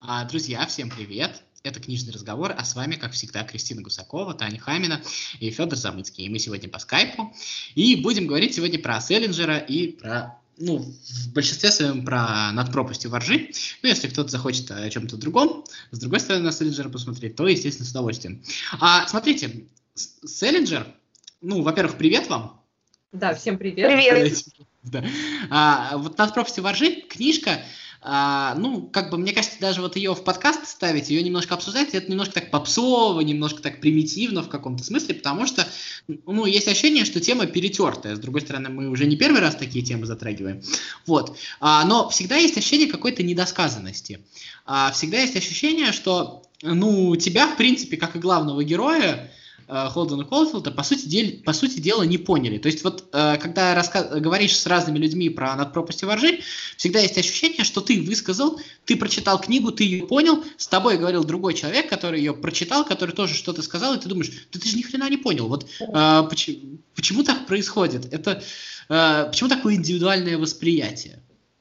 Друзья, всем привет! Это «Книжный разговор», а с вами, как всегда, Кристина Гусакова, Таня Хамина и Федор Замыцкий. И мы сегодня по скайпу. И будем говорить сегодня про Селлинджера и про, в большинстве своем про «Над пропастью во ржи». Если кто-то захочет о чем-то другом, с другой стороны, на Селлинджера посмотреть, то, естественно, с удовольствием. Смотрите, Селлинджер, во-первых, привет вам. Да, всем привет. Привет. Да. Вот «Над пропастью во ржи» книжка, мне кажется, даже вот ее в подкаст ставить, ее немножко обсуждать, это немножко так попсово, немножко так примитивно в каком-то смысле, потому что, есть ощущение, что тема перетертая. С другой стороны, мы уже не первый раз такие темы затрагиваем. Вот. Но всегда есть ощущение какой-то недосказанности. Всегда есть ощущение, что, тебя, в принципе, как и главного героя, Холдена Колфилда, по сути дела, не поняли. То есть когда говоришь с разными людьми про «Над пропастью во ржи», всегда есть ощущение, что ты высказал, ты прочитал книгу, ты ее понял, с тобой говорил другой человек, который ее прочитал, который тоже что-то сказал, и ты думаешь, да ты же ни хрена не понял. Вот почему так происходит? Почему такое индивидуальное восприятие?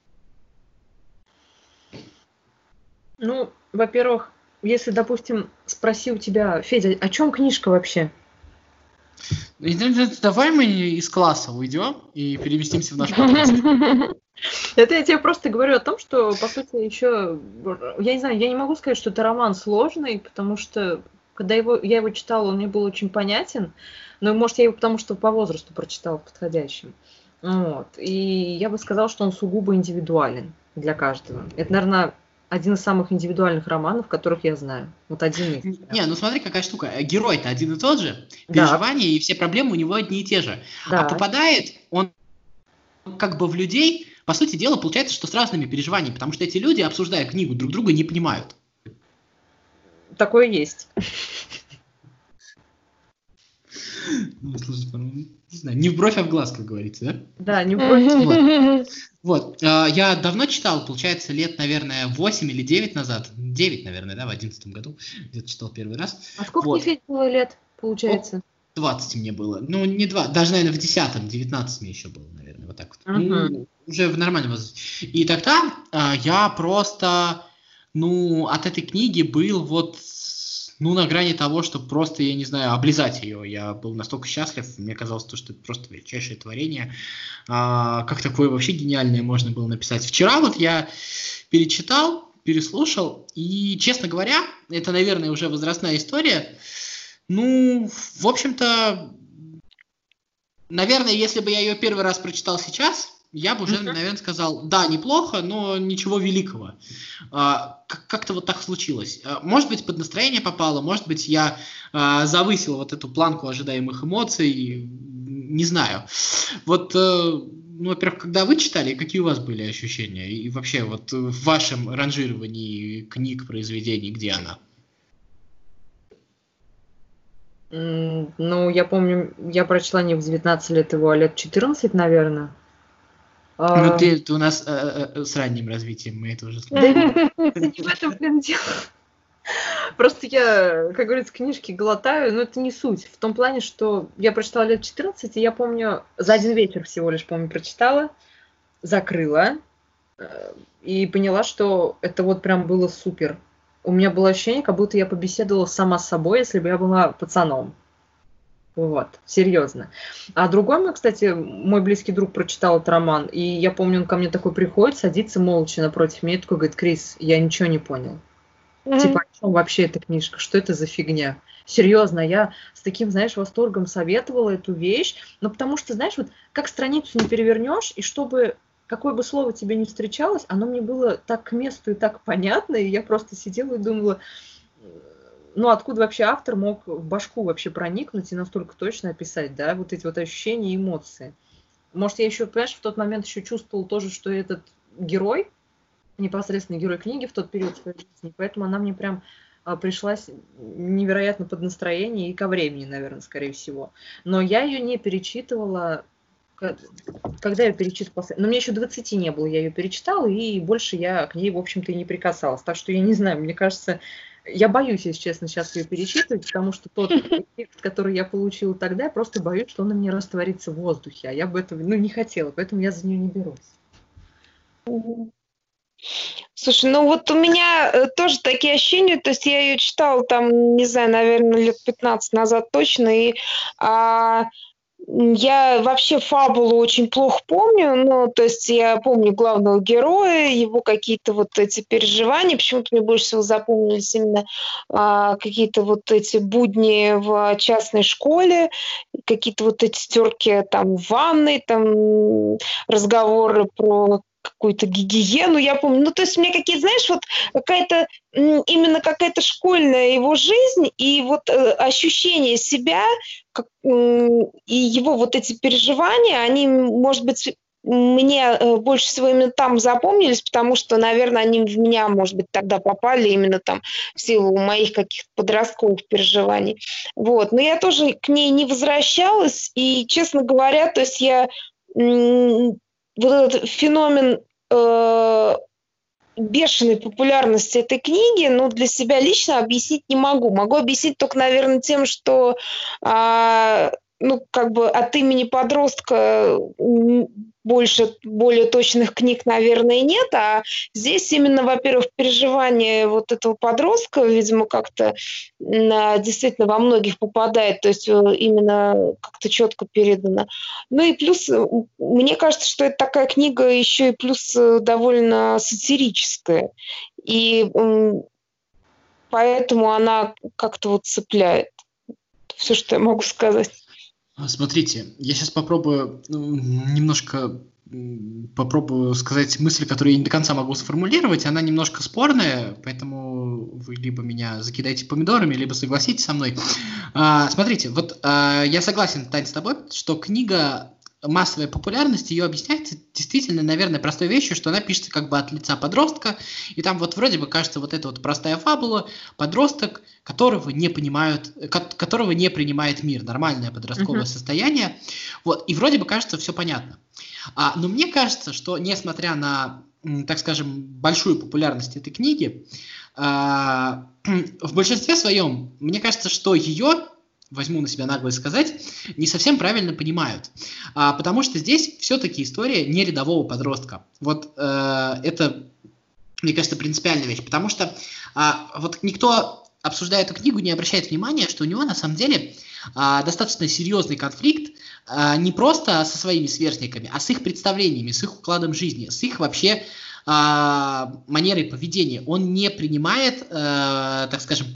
Во-первых, если, допустим, спроси у тебя, Федя, о чем книжка вообще? Давай мы из класса уйдем и переместимся в наш подкаст. Это я тебе просто говорю о том, что, по сути, еще, я не знаю, я не могу сказать, что это роман сложный, потому что, когда я его читала, он мне был очень понятен, но, может, я его потому что по возрасту прочитала подходящим. И я бы сказала, что он сугубо индивидуален для каждого. Это, наверное, один из самых индивидуальных романов, которых я знаю. Вот один из них. Смотри, какая штука. Герой-то один и тот же, переживания и все проблемы у него одни и те же. Да. А попадает он как бы в людей, по сути дела, получается, что с разными переживаниями, потому что эти люди, обсуждая книгу, друг друга не понимают. Такое есть. Слушай, не знаю, не в бровь, а в глаз, как говорится, да? Да, не в бровь. Вот. Я давно читал, получается, лет, наверное, 8 или 9 назад. 9, наверное, да, в 2011 году. Где-то читал первый раз. А сколько тебе было лет, получается? 20 мне было. Не 2, даже, наверное, в 10-м, 19 мне еще было, наверное, вот так вот. Уже в нормальном возрасте. И тогда я просто, от этой книги был на грани того, что просто, я не знаю, облизать ее. Я был настолько счастлив, мне казалось, что это просто величайшее творение. Как такое вообще гениальное можно было написать? Вчера я перечитал, переслушал, и, честно говоря, это, наверное, уже возрастная история. В общем-то, наверное, если бы я ее первый раз прочитал сейчас, я бы уже, наверное, сказал, да, неплохо, но ничего великого. Как-то вот так случилось. Может быть, под настроение попало, может быть, я завысил вот эту планку ожидаемых эмоций, не знаю. Во-первых, когда вы читали, какие у вас были ощущения? И вообще, в вашем ранжировании книг, произведений, где она? Я помню, я прочла не в 19 лет его, а лет 14, наверное. Ты у нас с ранним развитием, мы это уже слышали. Да не в этом дело. Просто я, как говорится, книжки глотаю, но это не суть. В том плане, что я прочитала лет 14, и я помню, за один вечер всего лишь, прочитала, закрыла и поняла, что это прям было супер. У меня было ощущение, как будто я побеседовала сама с собой, если бы я была пацаном. Серьезно. А другой мой близкий друг прочитал этот роман, и я помню, он ко мне такой приходит, садится молча напротив меня, и такой говорит: Крис, я ничего не понял. О чем вообще эта книжка? Что это за фигня? Серьезно, я с таким, восторгом советовала эту вещь, но потому что, как страницу не перевернешь, и чтобы какое бы слово тебе не встречалось, оно мне было так к месту и так понятно, и я просто сидела и думала, откуда вообще автор мог в башку вообще проникнуть и настолько точно описать, да, эти ощущения и эмоции. Может, я еще, в тот момент еще чувствовала тоже, что этот герой, непосредственно герой книги в тот период своей жизни, поэтому она мне прям пришлась невероятно под настроение и ко времени, наверное, скорее всего. Но я ее не перечитывала, когда я перечитывала, мне еще 20 не было, я ее перечитала, и больше я к ней, в общем-то, и не прикасалась. Так что я не знаю, мне кажется, я боюсь, если честно, сейчас ее перечитывать, потому что тот эффект, который я получила тогда, я просто боюсь, что он на мне растворится в воздухе, а я бы этого не хотела, поэтому я за нее не берусь. Слушай, ну вот у меня тоже такие ощущения, то есть я ее читала там, не знаю, наверное, лет 15 назад точно, и а, я вообще фабулу очень плохо помню, ну, то есть я помню главного героя, его какие-то вот эти переживания, почему-то мне больше всего запомнились именно какие-то вот эти будни в частной школе, какие-то вот эти терки там в ванной, там разговоры про какую-то гигиену, я помню. Ну, то есть мне какие-то, знаешь, вот какая-то именно какая-то школьная его жизнь и вот ощущение себя и его вот эти переживания, они, может быть, мне больше всего именно там запомнились, потому что, наверное, они в меня, может быть, тогда попали именно там в силу моих каких-то подростковых переживаний. Вот. Но я тоже к ней не возвращалась, и, честно говоря, то есть я вот этот феномен бешеной популярности этой книги, ну, для себя лично объяснить не могу. Могу объяснить только, наверное, тем, что ну, как бы от имени подростка более точных книг, наверное, нет, а здесь именно, во-первых, переживание вот этого подростка, видимо, как-то действительно во многих попадает, то есть именно как-то четко передано. Ну и плюс, мне кажется, что это такая книга еще и плюс довольно сатирическая, и поэтому она как-то вот цепляет. Все, что я могу сказать. Смотрите, я сейчас попробую немножко сказать мысль, которую я не до конца могу сформулировать. Она немножко спорная, поэтому вы либо меня закидаете помидорами, либо согласитесь со мной. Смотрите, вот я согласен, Тань, с тобой, что книга массовой популярности, ее объясняется действительно, наверное, простой вещью, что она пишется как бы от лица подростка, и там вот вроде бы кажется вот эта вот простая фабула, подросток, которого не принимает мир, нормальное подростковое состояние, вот, и вроде бы кажется все понятно. Но мне кажется, что несмотря на, так скажем, большую популярность этой книги, в большинстве своем, мне кажется, что ее, возьму на себя наглость сказать, не совсем правильно понимают. Потому что здесь все-таки история не рядового подростка. Вот это, мне кажется, принципиальная вещь. Потому что вот никто, обсуждая эту книгу, не обращает внимания, что у него на самом деле достаточно серьезный конфликт не просто со своими сверстниками, а с их представлениями, с их укладом жизни, с их вообще манерой поведения. Он не принимает, так скажем,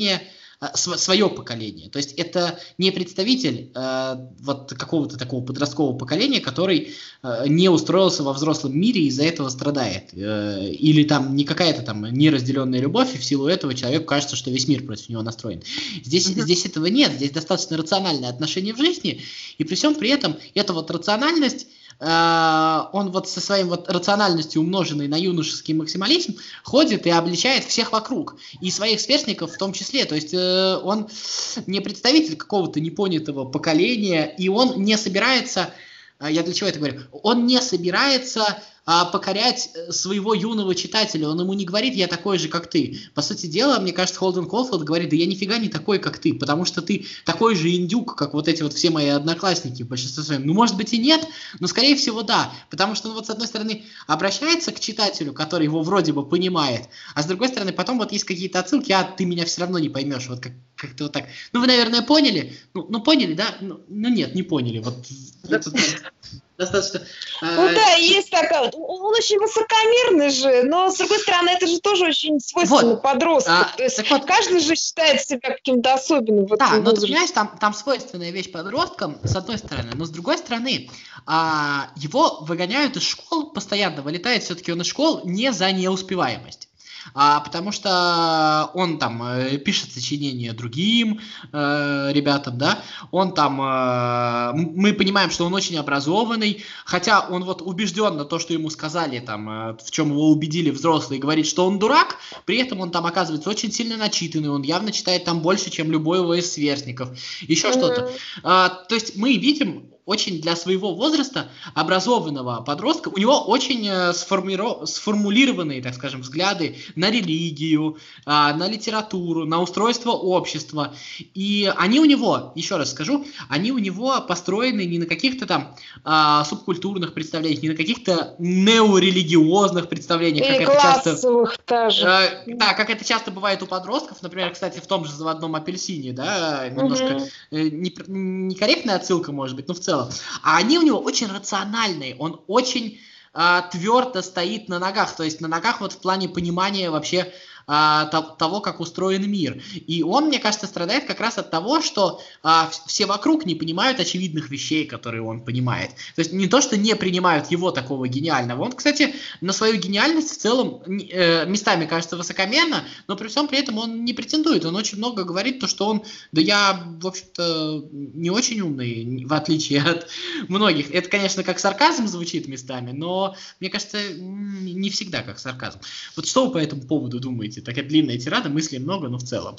свое поколение. То есть это не представитель вот какого-то такого подросткового поколения, который не устроился во взрослом мире и из-за этого страдает. Или там не какая-то там неразделенная любовь, и в силу этого человеку кажется, что весь мир против него настроен. Здесь этого нет, здесь достаточно рациональное отношение в жизни, и при всем при этом эта вот рациональность, он вот со своей вот рациональностью, умноженной на юношеский максимализм, ходит и обличает всех вокруг, и своих сверстников в том числе. То есть он не представитель какого-то непонятого поколения, и он не собирается, я для чего это говорю, он не собирается покорять своего юного читателя. Он ему не говорит: я такой же, как ты. По сути дела, мне кажется, Холден Колфилд говорит: да я нифига не такой, как ты, потому что ты такой же индюк, как вот эти вот все мои одноклассники в большинстве своем. Ну, может быть и нет, но скорее всего да, потому что он вот с одной стороны обращается к читателю, который его вроде бы понимает, а с другой стороны потом вот есть какие-то отсылки: ты меня все равно не поймешь, вот как-то вот так. Ну, вы, наверное, поняли? Ну поняли, да? Ну нет, не поняли. Вот достаточно... Ну да, есть такая вот. Он очень высокомерный же, но, с другой стороны, это же тоже очень свойственно вот. Подростку. То есть каждый же считает себя каким-то особенным в этом возрасте. Да, но ты понимаешь, там свойственная вещь подросткам, с одной стороны, но с другой стороны, его выгоняют из школ, постоянно вылетает все-таки он из школ не за неуспеваемость. Потому что он там пишет сочинения другим ребятам, да, он там, мы понимаем, что он очень образованный, хотя он вот убежден на то, что ему сказали, там, в чем его убедили взрослые, говорит, что он дурак, при этом он там оказывается очень сильно начитанный, он явно читает там больше, чем любой его из сверстников, еще что-то. То есть мы видим очень для своего возраста образованного подростка, у него очень сформулированные, так скажем, взгляды на религию, на литературу, на устройство общества. И они у него, еще раз скажу, они у него построены не на каких-то там субкультурных представлениях, не на каких-то неорелигиозных представлениях, или как это часто... классовых даже. Да, как это часто бывает у подростков, например, кстати, в том же «Заводном апельсине», да, немножко некорректная отсылка, может быть, но в целом. А они у него очень рациональные, он очень твердо стоит на ногах, то есть на ногах вот в плане понимания вообще того, как устроен мир. И он, мне кажется, страдает как раз от того, что все вокруг не понимают очевидных вещей, которые он понимает. То есть не то, что не принимают его такого гениального. Он, кстати, на свою гениальность в целом местами кажется высокомерно, но при всем при этом он не претендует. Он очень много говорит, то, что он, да я, в общем-то, не очень умный, в отличие от многих. Это, конечно, как сарказм звучит местами, но, мне кажется, не всегда как сарказм. Вот что вы по этому поводу думаете? Такая длинная тирада, мыслей много, но в целом.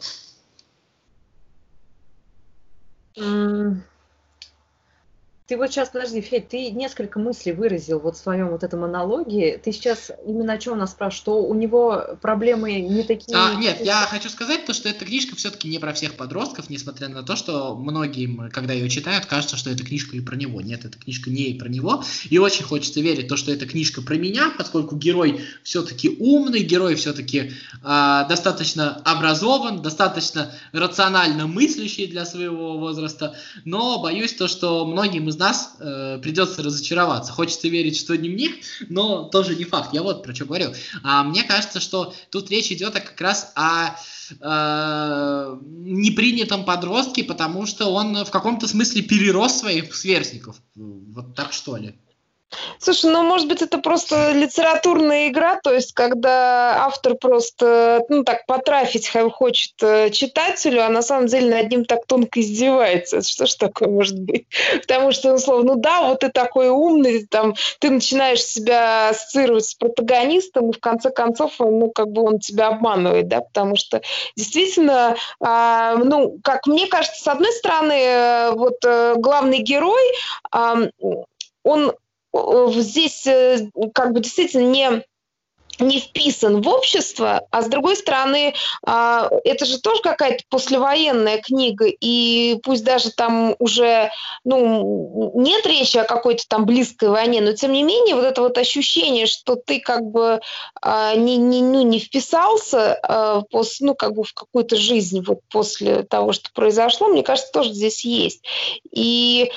Ты вот сейчас, подожди, Федь, ты несколько мыслей выразил вот в своем вот этом монологе. Ты сейчас именно о чем нас спрашиваешь? Что у него проблемы не такие... Нет, я хочу сказать то, что эта книжка все-таки не про всех подростков, несмотря на то, что многим, когда ее читают, кажется, что эта книжка и про него. Нет, эта книжка не про него. И очень хочется верить в то, что эта книжка про меня, поскольку герой все-таки умный, герой все-таки достаточно образован, достаточно рационально мыслящий для своего возраста. Но боюсь то, что многим из нас придется разочароваться. Хочется верить, что дневник, но тоже не факт. Я вот про что говорю. Мне кажется, что тут речь идет как раз о непринятом подростке, потому что он в каком-то смысле перерос своих сверстников. Вот так что ли? Слушай, ну, может быть, это просто литературная игра, то есть, когда автор просто, ну, так, потрафить хочет читателю, а на самом деле над ним так тонко издевается. Что ж такое может быть? Потому что, условно, ну да, вот ты такой умный, там, ты начинаешь себя ассоциировать с протагонистом, и в конце концов, ну, как бы он тебя обманывает, да, потому что действительно, ну, как мне кажется, с одной стороны, вот главный герой, он здесь как бы действительно не вписан в общество, а с другой стороны, это же тоже какая-то послевоенная книга, и пусть даже там уже, ну, нет речи о какой-то там близкой войне, но тем не менее вот это вот ощущение, что ты как бы не вписался ну, как бы в какую-то жизнь вот после того, что произошло, мне кажется, тоже здесь есть. И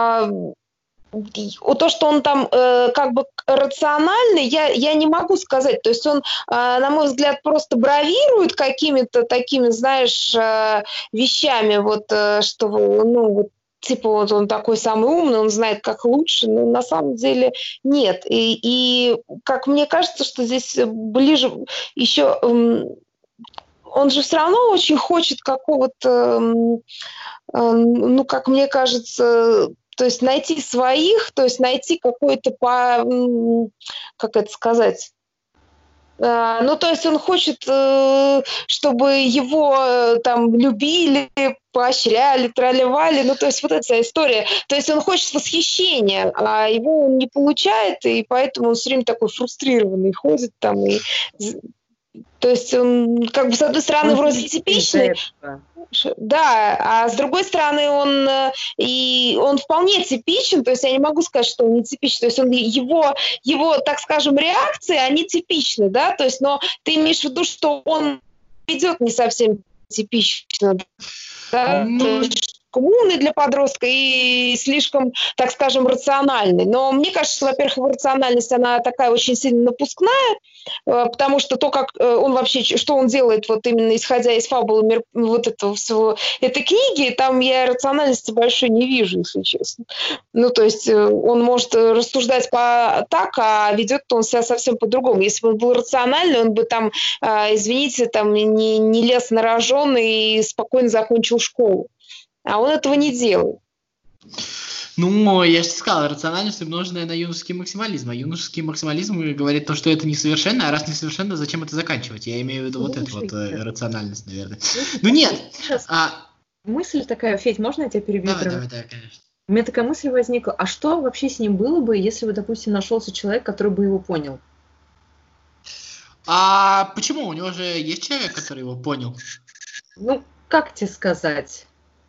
то, что он там как бы рациональный, я не могу сказать. То есть он, на мой взгляд, просто бравирует какими-то такими, знаешь, вещами, вот, что, ну, вот, типа, вот он такой самый умный, он знает, как лучше, но на самом деле нет. И как мне кажется, что здесь ближе еще... Он же все равно очень хочет какого-то, ну, как мне кажется... То есть найти своих, то есть найти какой-то, как это сказать, ну, то есть он хочет, чтобы его там любили, поощряли, тролливали, ну, то есть вот эта вся история. То есть он хочет восхищения, а его он не получает, и поэтому он все время такой фрустрированный ходит там и... То есть он, как бы, с одной стороны, вроде типичный, да, а с другой стороны, он вполне типичен, то есть я не могу сказать, что он не типичен, то есть он, его, так скажем, реакции, они типичны, да, то есть, но ты имеешь в виду, что он ведет не совсем типично, да, то есть умный для подростка и слишком, так скажем, рациональный. Но мне кажется, что, во-первых, его рациональность, она такая очень сильно напускная, потому что то, как он вообще, что он делает, вот именно исходя из фабулы вот этого всего, этой книги, там я рациональности большой не вижу, если честно. Ну, то есть он может рассуждать так, а ведет он себя совсем по-другому. Если бы он был рациональный, он бы там, извините, там не лез на рожон и спокойно закончил школу. А он этого не делает. Ну, я же сказал, рациональность, умноженная на юношеский максимализм. А юношеский максимализм говорит то, что это несовершенно, а раз несовершенно, зачем это заканчивать? Я имею в виду вот эту вот рациональность, наверное. Ну нет! Мысль такая, Федь, можно я тебя перебью? Давай, конечно. У меня такая мысль возникла, а что вообще с ним было бы, если бы, допустим, нашелся человек, который бы его понял? А почему? У него же есть человек, который его понял. Ну, как тебе сказать?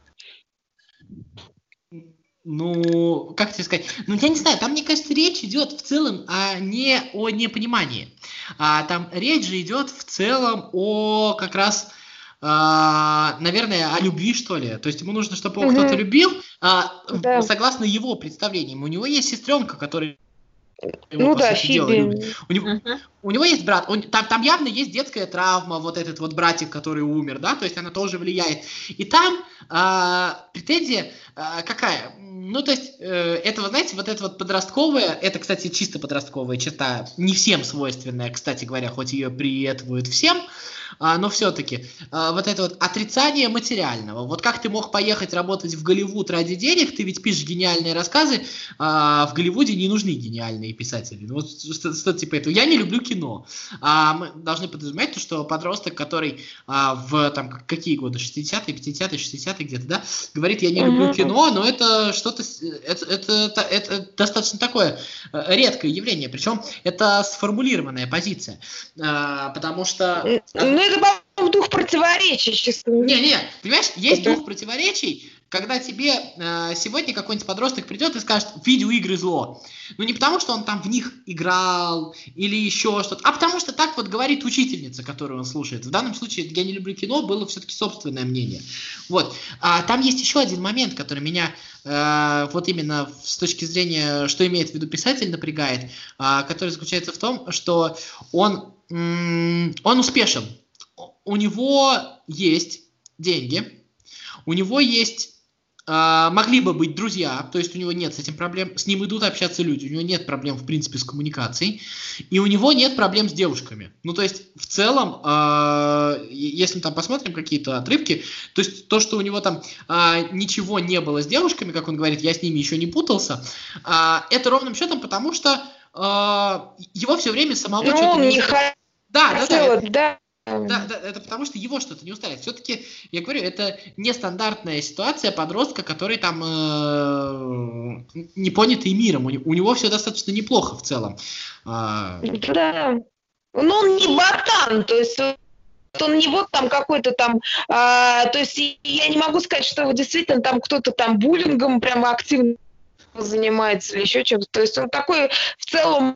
Ну, как тебе сказать? Ну, я не знаю, там, мне кажется, речь идет в целом не о непонимании. Там речь же идет в целом о как раз, наверное, о любви, что ли. То есть ему нужно, чтобы его кто-то любил, Да. согласно его представлениям. У него есть сестренка, которая его, Ну по да, сути дела, Фиби. любит. У него есть брат, там явно есть детская травма, вот этот вот братик, который умер, да, то есть она тоже влияет. И там претензия какая? Ну, то есть, это, вы знаете, вот это вот подростковое, это, кстати, чисто подростковая черта, не всем свойственная, кстати говоря, хоть ее приветствуют всем, но все-таки вот это вот отрицание материального. Вот как ты мог поехать работать в Голливуд ради денег, ты ведь пишешь гениальные рассказы, в Голливуде не нужны гениальные писатели. Ну, вот что типа этого. Я не люблю кино. Мы должны подразумевать, что подросток, который в там какие годы, 60-е, 50-е, 60-е где-то, да, говорит, я не люблю кино, но это что-то, это достаточно такое редкое явление, причем это сформулированная позиция, потому что... Ну, это, по-моему, дух противоречий, честно. Не, понимаешь, есть дух противоречий, когда тебе сегодня какой-нибудь подросток придет и скажет, видеоигры зло. Ну, не потому, что он там в них играл или еще что-то, а потому что так вот говорит учительница, которую он слушает. В данном случае «Я не люблю кино» было все-таки собственное мнение. Вот. Там есть еще один момент, который меня вот именно с точки зрения, что имеет в виду писатель, напрягает, который заключается в том, что он успешен. У него есть деньги, у него есть, могли бы быть друзья, то есть у него нет с этим проблем, с ним идут общаться люди, у него нет проблем, в принципе, с коммуникацией, и у него нет проблем с девушками. Ну, то есть, в целом, если мы там посмотрим какие-то отрывки, то есть то, что у него там ничего не было с девушками, как он говорит, я с ними еще не путался, это ровным счетом потому, что его все время самого что-то не устраивает. Да. Да, это потому что его что-то не устраивает. Все-таки, я говорю, это нестандартная ситуация подростка, который там не понятый миром. У него все достаточно неплохо в целом. Да. Но он не ботан, то есть он не вот там какой-то там... то есть я не могу сказать, что действительно там кто-то там буллингом прямо активно занимается или еще чем-то. То есть он такой в целом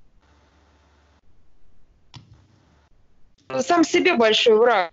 сам себе большой враг.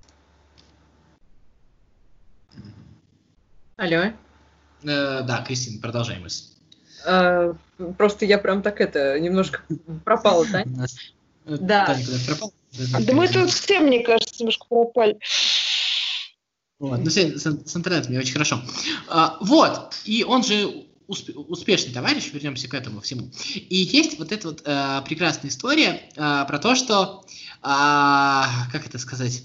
Алло. Да, Кристина, продолжай мысль. Просто я прям так немножко пропала, да? Да. Да мы тут все, мне кажется, немножко пропали. Вот, ну, с интернетом мне очень хорошо. Вот, и он же успешный товарищ, вернемся к этому всему. И есть вот эта вот прекрасная история про то, что, как это сказать,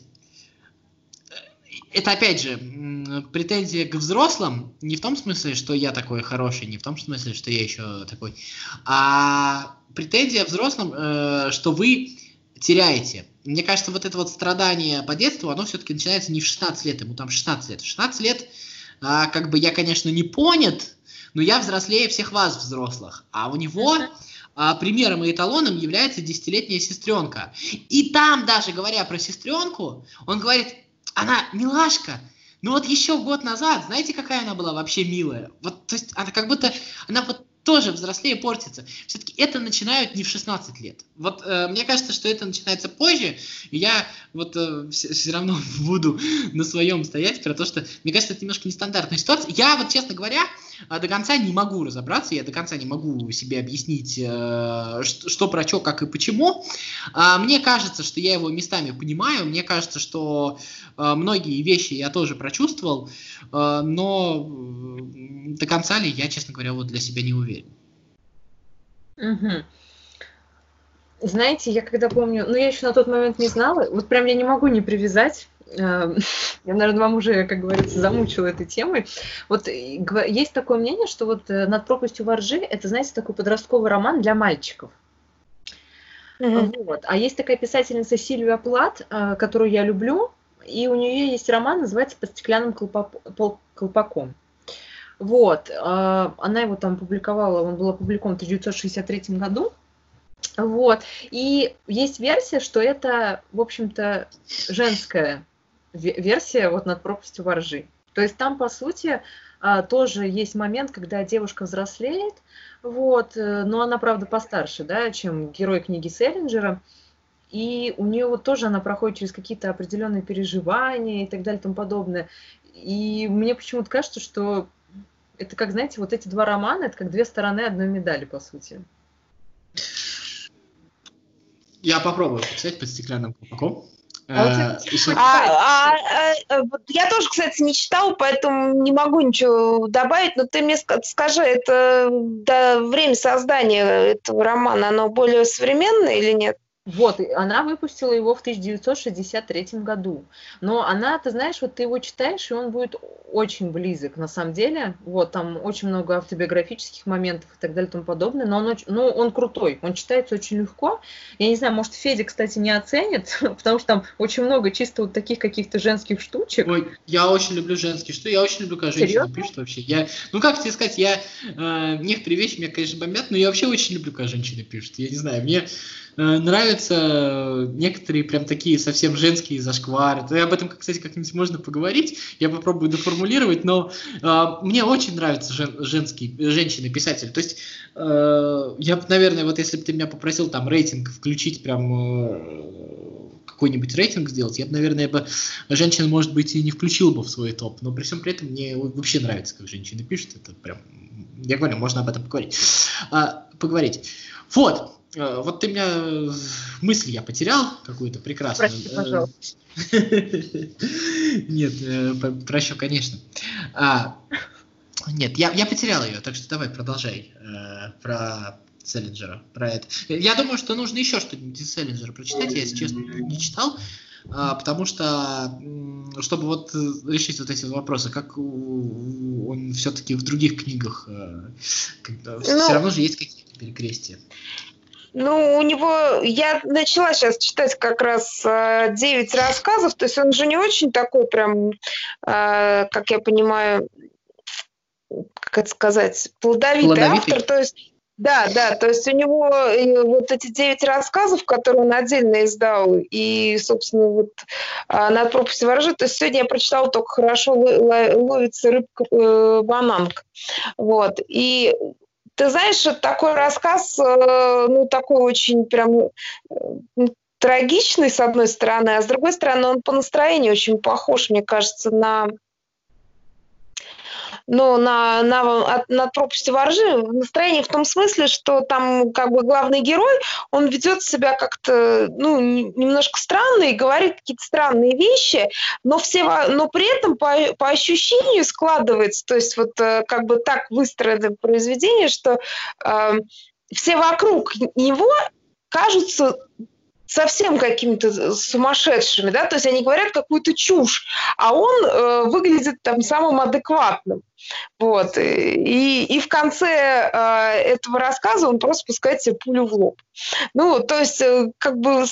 это опять же претензия к взрослым, не в том смысле, что я такой хороший, не в том смысле, что я еще такой, а претензия взрослым, что вы теряете. Мне кажется, вот это вот страдание по детству, оно все-таки начинается не в 16 лет, ему там 16 лет. В 16 лет, как бы я, конечно, не понят, но я взрослее всех вас, взрослых. А у него примером и эталоном является 10-летняя сестренка. И там даже, говоря про сестренку, он говорит, она милашка. Ну вот еще год назад, знаете, какая она была вообще милая? Вот, то есть она как будто, она вот тоже взрослее портится. Все-таки это начинают не в 16 лет. Вот мне кажется, что это начинается позже, и я вот все равно буду на своем стоять про то, что, мне кажется, это немножко нестандартная ситуация. Я вот, честно говоря, до конца не могу разобраться, я до конца не могу себе объяснить, что про что, как и почему. Мне кажется, что я его местами понимаю, мне кажется, что многие вещи я тоже прочувствовал, но до конца ли я, честно говоря, вот для себя не уверен. Угу. Знаете, я когда помню, я еще на тот момент не знала, вот прям я не могу не привязать, я, наверное, вам уже, как говорится, замучила этой темой. Вот есть такое мнение, что вот «Над пропастью во ржи» это, знаете, такой подростковый роман для мальчиков. Вот. А есть такая писательница Сильвия Плат, которую я люблю, и у нее есть роман, называется «Под стеклянным колпаком». Вот, она его там публиковала, он был опубликован в 1963 году. Вот, и есть версия, что это, в общем-то, женская версия вот «Над пропастью воржи». То есть там, по сути, тоже есть момент, когда девушка взрослеет, вот, но она, правда, постарше, да, чем герой книги Селлинджера, и у нее вот тоже она проходит через какие-то определенные переживания и так далее и тому подобное. И мне почему-то кажется, что это как, знаете, вот эти два романа, это как две стороны одной медали, по сути. Я попробую писать под стеклянным колпаком. Я тоже, кстати, не читала, поэтому не могу ничего добавить, но ты мне скажи, это время создания этого романа, оно более современное или нет? Вот, она выпустила его в 1963 году. Но она, ты знаешь, вот ты его читаешь, и он будет очень близок, на самом деле. Вот, там очень много автобиографических моментов и так далее и тому подобное. Но он крутой, он читается очень легко. Я не знаю, может, Федя, кстати, не оценит, потому что там очень много чисто вот таких каких-то женских штучек. Ой, я очень люблю женские штуки, я очень люблю, когда женщины пишут вообще. Как тебе сказать, некоторые вещи меня, конечно, бомбят, но я вообще очень люблю, когда женщины пишут. Я не знаю, мне нравятся некоторые прям такие совсем женские зашквары. Об этом, кстати, как-нибудь можно поговорить. Я попробую доформулировать, но мне очень нравятся женщины-писатели. То есть я, наверное, вот если бы ты меня попросил там рейтинг включить, прям какой-нибудь рейтинг сделать, я бы, наверное, женщин, может быть, и не включил бы в свой топ. Но при всем при этом мне вообще нравится, как женщины пишут. Это прям, я говорю, можно об этом поговорить. Вот. Вот ты меня мысль я потерял какую-то прекрасную. Прости, пожалуйста. Нет, прощу, конечно. Нет, я потерял ее, так что давай продолжай про Селлинджера, про это. Я думаю, что нужно еще что-нибудь из Селлинджера прочитать. Я, если честно, не читал, потому что, чтобы вот решить вот эти вопросы, как он все-таки в других книгах, все равно же есть какие-то перекрестия. Ну, у него, я начала сейчас читать как раз 9 рассказов, то есть он же не очень такой прям, как я понимаю, как это сказать, плодовитый автор, то есть, да, то есть у него вот эти 9 рассказов, которые он отдельно издал, и, собственно, вот «Над пропастью воржи», то есть сегодня я прочитала только «Хорошо ловится рыбка бананка», вот, и ты знаешь, такой рассказ, ну, такой очень прям трагичный, с одной стороны, а с другой стороны, он по настроению очень похож, мне кажется, на «Над пропастью воржи». Настроение в том смысле, что там как бы главный герой, он ведет себя как-то, ну, немножко странно и говорит какие-то странные вещи, но при этом по ощущению складывается, то есть вот как бы так выстроено произведение, что все вокруг него кажутся совсем какими-то сумасшедшими, да, то есть они говорят какую-то чушь, а он выглядит там самым адекватным. Вот. И в конце этого рассказа он просто пускает себе пулю в лоб. Ну, то есть, как бы,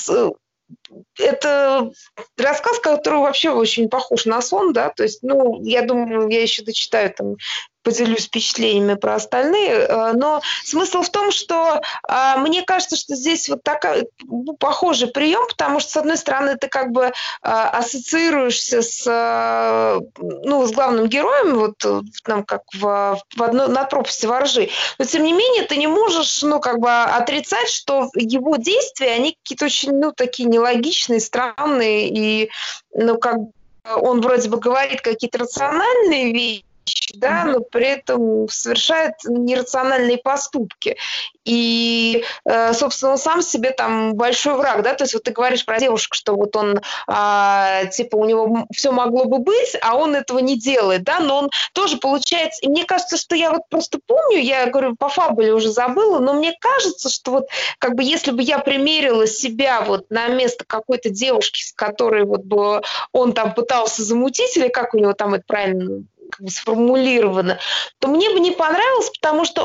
это рассказ, который вообще очень похож на сон, да, то есть, ну, я думаю, я еще дочитаю, там, поделюсь впечатлениями про остальные, но смысл в том, что мне кажется, что здесь вот такой похожий прием, потому что, с одной стороны, ты как бы ассоциируешься с главным героем, вот там, как «Над пропастью воржи», но, тем не менее, ты не можешь, ну, как бы отрицать, что его действия, они какие-то очень, ну, такие нелогичные, странные, и, ну, как бы он вроде бы говорит какие-то рациональные вещи, да, но при этом совершает нерациональные поступки. И, собственно, он сам себе там большой враг, да, то есть вот ты говоришь про девушку, что вот он, типа, у него все могло бы быть, а он этого не делает, да, но он тоже получается, и мне кажется, что я вот просто помню, я говорю, по фабуле уже забыла, но мне кажется, что вот как бы если бы я примерила себя вот на место какой-то девушки, с которой вот бы он там пытался замутить, или как у него там это правильно как бы сформулировано, то мне бы не понравилось, потому что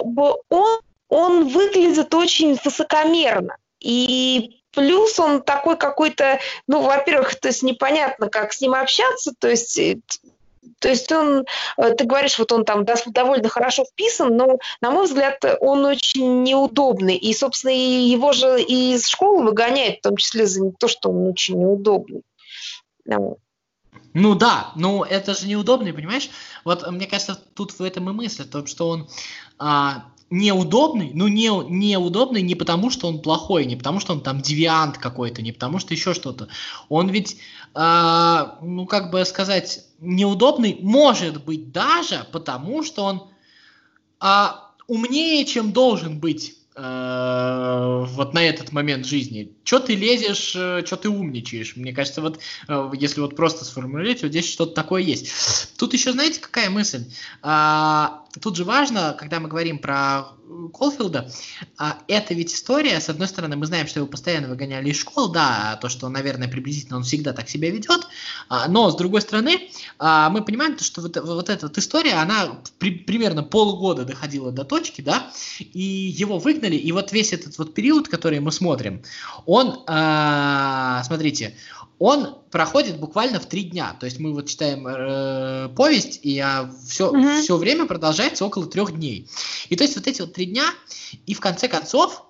он выглядит очень высокомерно. И плюс он такой какой-то, ну, во-первых, то есть непонятно, как с ним общаться, то есть То есть он, ты говоришь, вот он там довольно хорошо вписан, но, на мой взгляд, он очень неудобный. И, собственно, его же и из школы выгоняют, в том числе за то, что он очень неудобный. Ну да, ну это же неудобный, понимаешь? Вот мне кажется, тут в этом и мысль, то, что он неудобный, ну неудобный не потому, что он плохой, не потому, что он там девиант какой-то, не потому, что еще что-то. Он ведь, ну как бы сказать, неудобный может быть даже потому, что он умнее, чем должен быть вот на этот момент жизни. Че ты лезешь, че ты умничаешь? Мне кажется, вот если вот просто сформулировать, вот здесь что-то такое есть. Тут еще, знаете, какая мысль? Тут же важно, когда мы говорим про Колфилда, это ведь история, с одной стороны, мы знаем, что его постоянно выгоняли из школ, да, то, что, наверное, приблизительно он всегда так себя ведет, но, с другой стороны, мы понимаем, что вот эта вот история, она примерно полгода доходила до точки, да, и его выгнали, и вот весь этот вот период, который мы смотрим, он, смотрите, он проходит буквально в 3 дня. То есть мы вот читаем повесть, и все время продолжается около 3 дней. И то есть вот эти вот 3 дня, и в конце концов,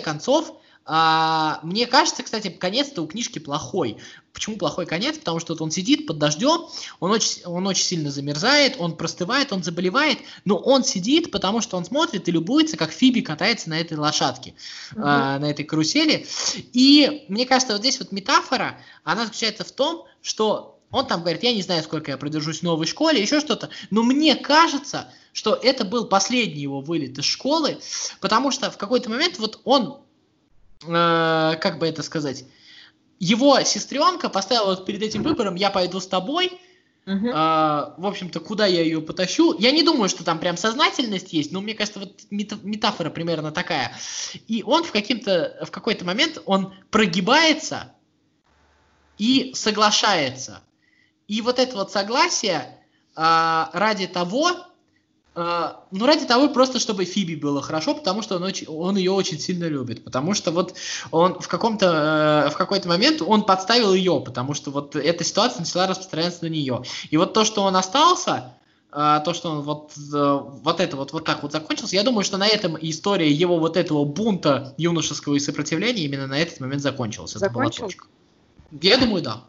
мне кажется, кстати, конец-то у книжки плохой. Почему плохой конец? Потому что вот он сидит под дождем, он очень сильно замерзает, он простывает, он заболевает, но он сидит, потому что он смотрит и любуется, как Фиби катается на этой лошадке, на этой карусели. И мне кажется, вот здесь вот метафора, она заключается в том, что он там говорит, я не знаю, сколько я продержусь в новой школе, еще что-то, но мне кажется, что это был последний его вылет из школы, потому что в какой-то момент вот он, как бы это сказать, его сестренка поставила вот перед этим выбором, я пойду с тобой, в общем-то, куда я ее потащу. Я не думаю, что там прям сознательность есть, но мне кажется, вот метафора примерно такая. И он в какой-то момент он прогибается и соглашается. И вот это вот согласие ради того просто, чтобы Фиби было хорошо, потому что он ее очень сильно любит, потому что вот он в какой-то момент он подставил ее, потому что вот эта ситуация начала распространяться на нее. И вот то, что он остался, то, что он вот это вот так вот закончился, я думаю, что на этом история его вот этого бунта юношеского и сопротивления именно на этот момент закончилась. Я думаю, да.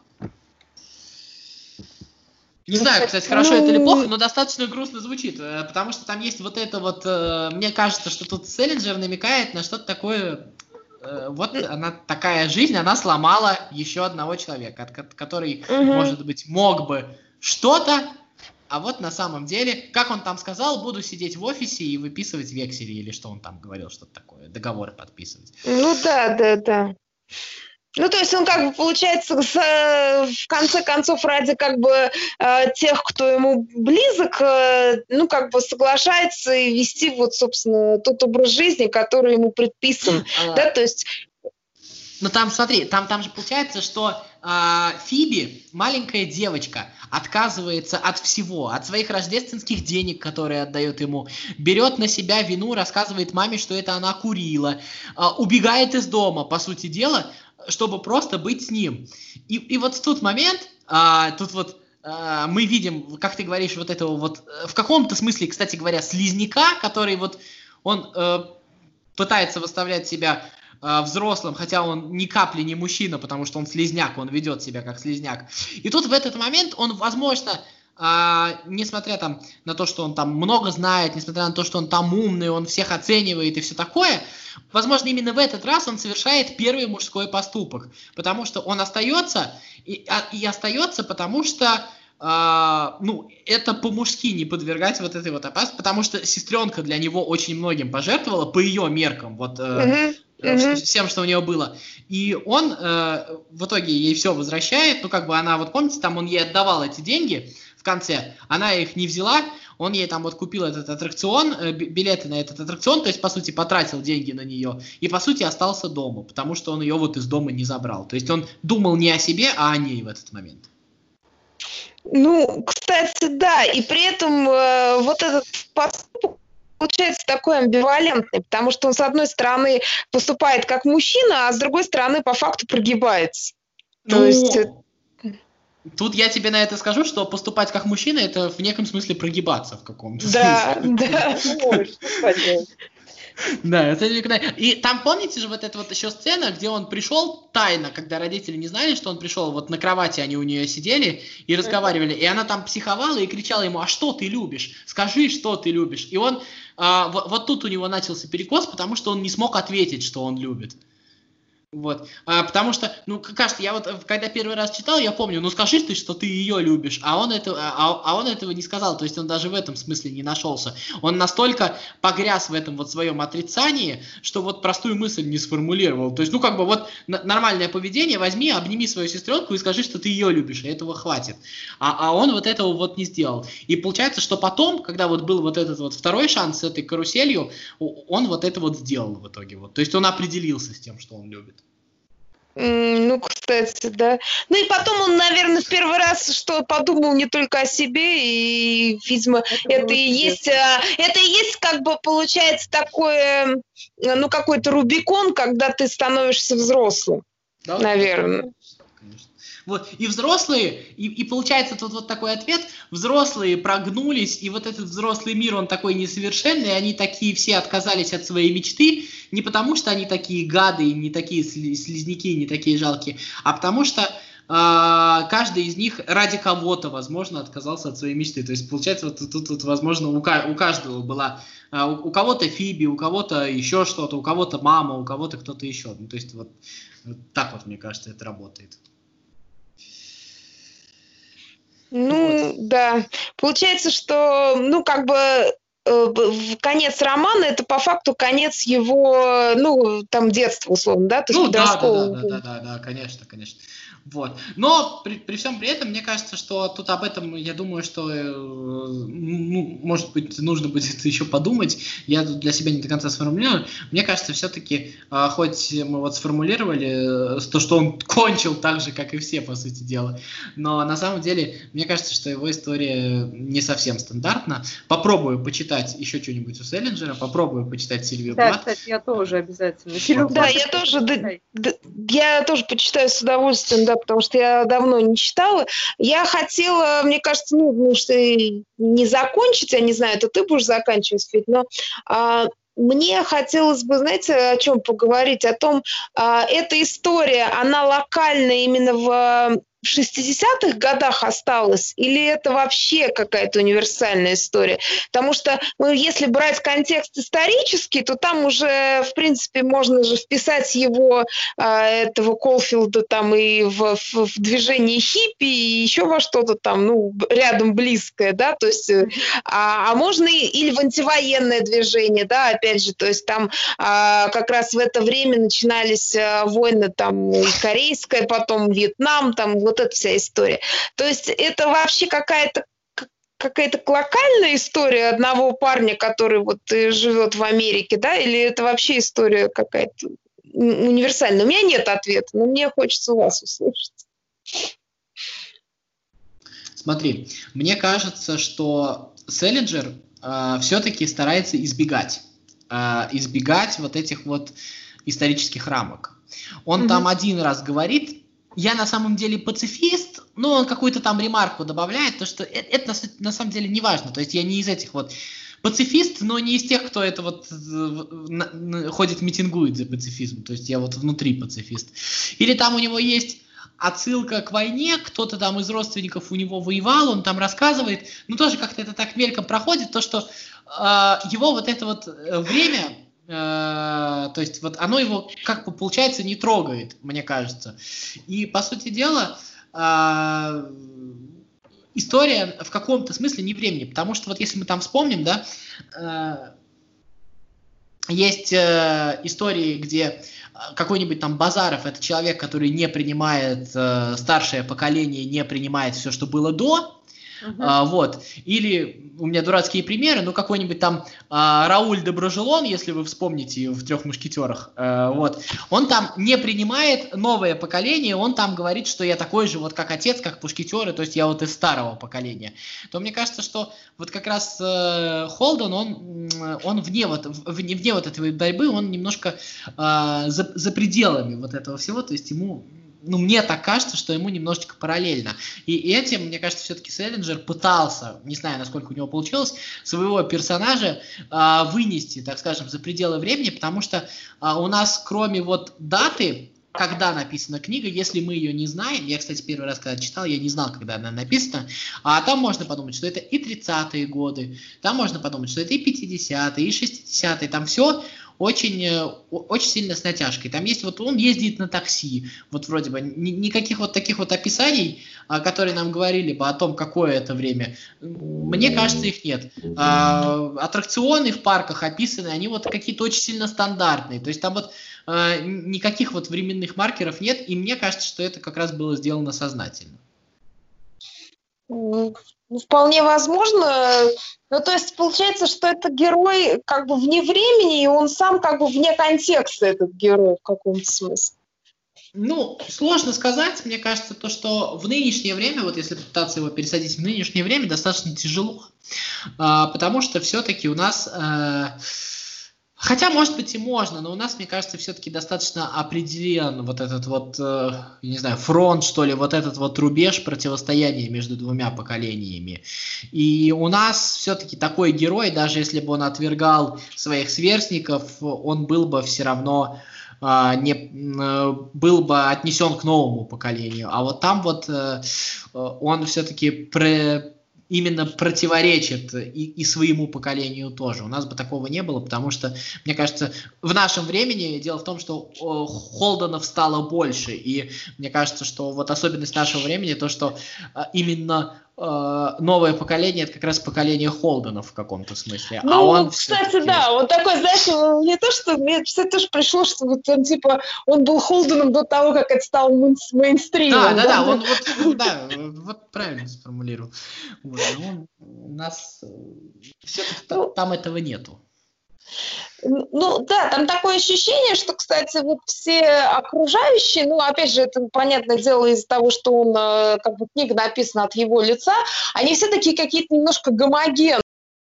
Не знаю, кстати, хорошо это или плохо, но достаточно грустно звучит, потому что там есть вот это вот, мне кажется, что тут Селлинджер намекает на что-то такое, вот она такая жизнь, она сломала еще одного человека, который, может быть, мог бы что-то, а вот на самом деле, как он там сказал, буду сидеть в офисе и выписывать вексели, или что он там говорил, что-то такое, договоры подписывать. Ну да. Ну, то есть он как бы, получается, в конце концов, ради как бы тех, кто ему близок, ну, как бы соглашается и вести вот, собственно, тот образ жизни, который ему предписан, да, то есть... Ну, там, смотри, там же получается, что Фиби, маленькая девочка, отказывается от всего, от своих рождественских денег, которые отдает ему, берет на себя вину, рассказывает маме, что это она курила, убегает из дома, по сути дела, чтобы просто быть с ним. И вот в тот момент, мы видим, как ты говоришь, вот этого вот, в каком-то смысле, кстати говоря, слизняка, который вот, он пытается выставлять себя взрослым, хотя он ни капли не мужчина, потому что он слизняк, он ведет себя как слизняк. И тут в этот момент он, возможно, несмотря там на то, что он там много знает, несмотря на то, что он там умный, он всех оценивает и все такое, возможно, именно в этот раз он совершает первый мужской поступок, потому что он остается, и остается, потому что это по-мужски не подвергать вот этой вот опасности, потому что сестренка для него очень многим пожертвовала по ее меркам, вот всем, что у нее было. И он в итоге ей все возвращает, ну как бы она, вот помните, там он ей отдавал эти деньги в конце, она их не взяла, он ей там вот купил этот аттракцион, билеты на этот аттракцион, то есть, по сути, потратил деньги на нее, и, по сути, остался дома, потому что он ее вот из дома не забрал. То есть он думал не о себе, а о ней в этот момент. Ну, кстати, да, и при этом вот этот поступок получается такой амбивалентный, потому что он, с одной стороны, поступает как мужчина, а с другой стороны, по факту прогибается. То есть... Тут я тебе на это скажу, что поступать как мужчина — это в неком смысле прогибаться в каком-то Да, смысле. да. Ой, что поделать. Да, это никогда... И там, помните же, вот эта вот еще сцена, где он пришел тайно, когда родители не знали, что он пришел, вот на кровати они у нее сидели и разговаривали, и она там психовала и кричала ему: а что ты любишь? Скажи, что ты любишь. И он... вот тут у него начался перекос, потому что он не смог ответить, что он любит. Вот, потому что, ну, кажется, я вот, когда первый раз читал, я помню, ну, скажи ты, что ты ее любишь, а он этого не сказал, то есть он даже в этом смысле не нашелся. Он настолько погряз в этом вот своем отрицании, что вот простую мысль не сформулировал. То есть, ну, как бы вот нормальное поведение: возьми, обними свою сестренку и скажи, что ты ее любишь, и этого хватит. А он вот этого вот не сделал. И получается, что потом, когда вот был вот этот вот второй шанс с этой каруселью, он вот это вот сделал в итоге. Вот. То есть он определился с тем, что он любит. Ну, кстати, да. Ну и потом он, наверное, в первый раз что подумал не только о себе, и, видимо, это и есть, как бы получается такое, ну, какой-то Рубикон, когда ты становишься взрослым, Да? наверное. Конечно. Вот, и взрослые, и получается тут вот такой ответ: взрослые прогнулись, и вот этот взрослый мир, он такой несовершенный, они такие все отказались от своей мечты, не потому что они такие гады, не такие слизняки, не такие жалкие, а потому что каждый из них ради кого-то, возможно, отказался от своей мечты. То есть, получается, вот тут возможно, у каждого была, у кого-то Фиби, у кого-то еще что-то, у кого-то мама, у кого-то кто-то еще. Ну, то есть, вот так вот, мне кажется, это работает. Ну, да. Получается, что, ну, как бы конец романа — это по факту конец его, ну, там, детства, условно, да? То есть подросткового. Да, конечно. Вот. Но при всем при этом, мне кажется, что тут об этом, я думаю, что, ну, может быть, нужно будет еще подумать. Я тут для себя не до конца сформулирую. Мне кажется, все-таки, хоть мы вот сформулировали то, что он кончил так же, как и все, по сути дела, но на самом деле, мне кажется, что его история не совсем стандартна. Попробую почитать еще что-нибудь у Селлинджера, попробую почитать Сильвию Да, Плат. кстати, я тоже обязательно. Да, я тоже почитаю с удовольствием, да, потому что я давно не читала. Я хотела, мне кажется, ну, что не закончить, я не знаю, это ты будешь заканчивать, Федь, но мне хотелось бы, знаете, о чем поговорить? О том, эта история, она локальна именно в 60-х годах осталась, или это вообще какая-то универсальная история? Потому что, ну, если брать контекст исторический, то там уже, в принципе, можно же вписать его, этого Колфилда, там, и в движение хиппи, и еще во что-то там, ну, рядом близкое, да, то есть, а можно или в антивоенное движение, да, опять же, то есть там как раз в это время начинались войны, там, и корейская, потом Вьетнам, там, вот эта вся история. То есть это вообще какая-то локальная история одного парня, который вот живет в Америке, да, или это вообще история какая-то универсальная? У меня нет ответа, но мне хочется у вас услышать. Смотри, мне кажется, что Селлинджер все-таки старается избегать вот этих вот исторических рамок. Он там один раз говорит: я на самом деле пацифист, но он какую-то там ремарку добавляет, то что это на самом деле не важно. То есть я не из этих вот пацифист, но не из тех, кто это вот ходит, митингует за пацифизм. То есть я вот внутри пацифист. Или там у него есть отсылка к войне, кто-то там из родственников у него воевал, он там рассказывает, ну тоже как-то это так мельком проходит, то что его вот это вот время... то есть вот оно его, как бы, получается, не трогает, мне кажется. И, по сути дела, история в каком-то смысле не времени, потому что вот если мы там вспомним, да, есть истории, где какой-нибудь там Базаров — это человек, который не принимает, старшее поколение не принимает все, что было до. Вот. Или у меня дурацкие примеры, ну какой-нибудь там Рауль Доброжелон, если вы вспомните в «Трех мушкетерах», вот, он там не принимает новое поколение, он там говорит, что я такой же вот как отец, как мушкетеры, то есть я вот из старого поколения. То мне кажется, что вот как раз Холден, он вне вот этой борьбы, он немножко за пределами вот этого всего, то есть ему мне так кажется, что ему немножечко параллельно. И этим, мне кажется, все-таки Селлинджер пытался, не знаю, насколько у него получилось, своего персонажа вынести, так скажем, за пределы времени, потому что у нас, кроме вот даты, когда написана книга, если мы ее не знаем, я, кстати, первый раз, когда читал, я не знал, когда она написана, а там можно подумать, что это и 30-е годы, там можно подумать, что это и 50-е, и 60-е, там все очень, очень сильно с натяжкой. Там есть вот он ездит на такси, вот вроде бы никаких вот таких вот описаний, которые нам говорили бы о том, какое это время, мне кажется, их нет. Аттракционы в парках описаны, они вот какие-то очень сильно стандартные, то есть там вот никаких вот временных маркеров нет, и мне кажется, что это как раз было сделано сознательно. Вполне возможно. Ну, то есть получается, что это герой как бы вне времени, и он сам как бы вне контекста, этот герой в каком-то смысле. Ну, сложно сказать. Мне кажется, то, что в нынешнее время, вот если пытаться его пересадить в нынешнее время, достаточно тяжело. Потому что все-таки у нас... Хотя, может быть, и можно, но у нас, мне кажется, все-таки достаточно определен вот этот вот, я не знаю, фронт, что ли, вот этот вот рубеж противостояния между двумя поколениями. И у нас все-таки такой герой, даже если бы он отвергал своих сверстников, он был бы все равно был бы отнесен к новому поколению. А вот там вот он все-таки именно противоречит и своему поколению тоже. У нас бы такого не было, потому что, мне кажется, в нашем времени дело в том, что Холденов стало больше, и мне кажется, что вот особенность нашего времени то, что именно новое поколение, это как раз поколение Холденов в каком-то смысле. Ну, он кстати, да, он такой, знаешь, не то, что мне, кстати, тоже пришло, что вот он, типа, он был Холденом до того, как это стало мейнстримом. Да, он вот правильно сформулировал. Вот, он, у нас все-таки там этого нету. Ну, да, там такое ощущение, что, кстати, вот все окружающие, ну, опять же, это, понятное дело, из-за того, что он, как бы, книга написана от его лица, они все такие какие-то немножко гомогенные,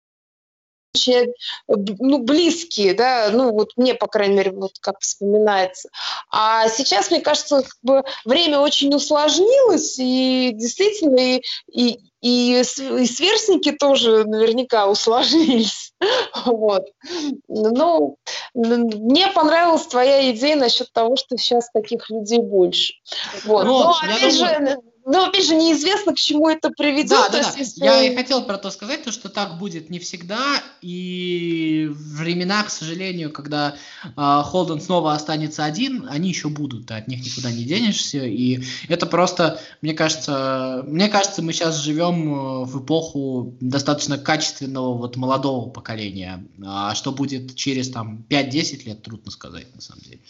ну, близкие, да, ну, вот мне, по крайней мере, вот как вспоминается. А сейчас, мне кажется, как бы время очень усложнилось, и действительно, и сверстники тоже наверняка усложнились. Вот. Ну, мне понравилась твоя идея насчет того, что сейчас таких людей больше. Вот. Но опять же, неизвестно, к чему это приведет. Да. Я и хотел про то сказать, то, что так будет не всегда, и времена, к сожалению, когда Холден снова останется один, они еще будут, ты от них никуда не денешься, и это просто, мне кажется, мы сейчас живем в эпоху достаточно качественного вот молодого поколения, а что будет через там 5-10 лет, трудно сказать, на самом деле.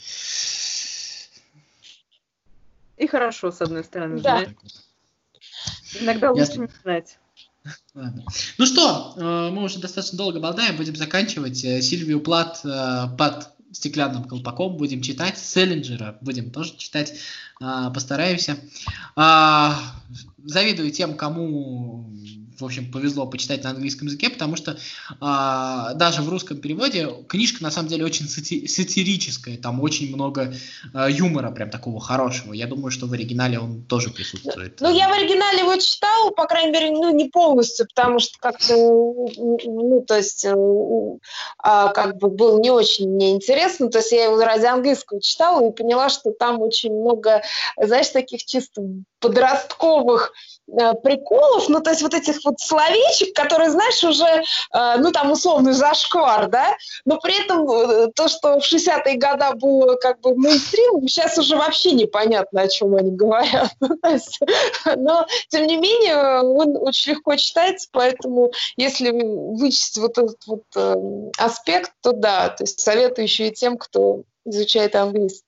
И хорошо, с одной стороны, да. знать. Иногда лучше не знать. Ладно. Ну что, мы уже достаточно долго болтаем, будем заканчивать. Сильвию Плат под стеклянным колпаком будем читать. Селлинджера будем тоже читать. Постараемся. Завидую тем, кому, в общем, повезло почитать на английском языке, потому что даже в русском переводе книжка на самом деле очень сатирическая, там очень много юмора, прям такого хорошего. Я думаю, что в оригинале он тоже присутствует. Ну, я в оригинале его читала, по крайней мере, ну, не полностью, потому что как-то, ну, то есть, как бы было не очень мне интересно, то есть я его ради английского читала и поняла, что там очень много, знаешь, таких чисто подростковых приколов, ну, то есть вот этих вот словечек, которые, знаешь, уже, ну, там, условный зашквар, да, но при этом то, что в 60-е годы было как бы мейнстримом, сейчас уже вообще непонятно, о чем они говорят. Но, тем не менее, он очень легко читается, поэтому если вычесть вот этот вот аспект, то да, то есть советую еще и тем, кто изучает английский.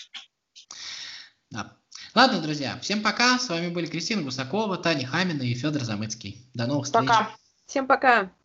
Да. Ладно, друзья, всем пока. С вами были Кристина Гусакова, Таня Хамина и Федор Замыцкий. До новых встреч. Пока. Всем пока.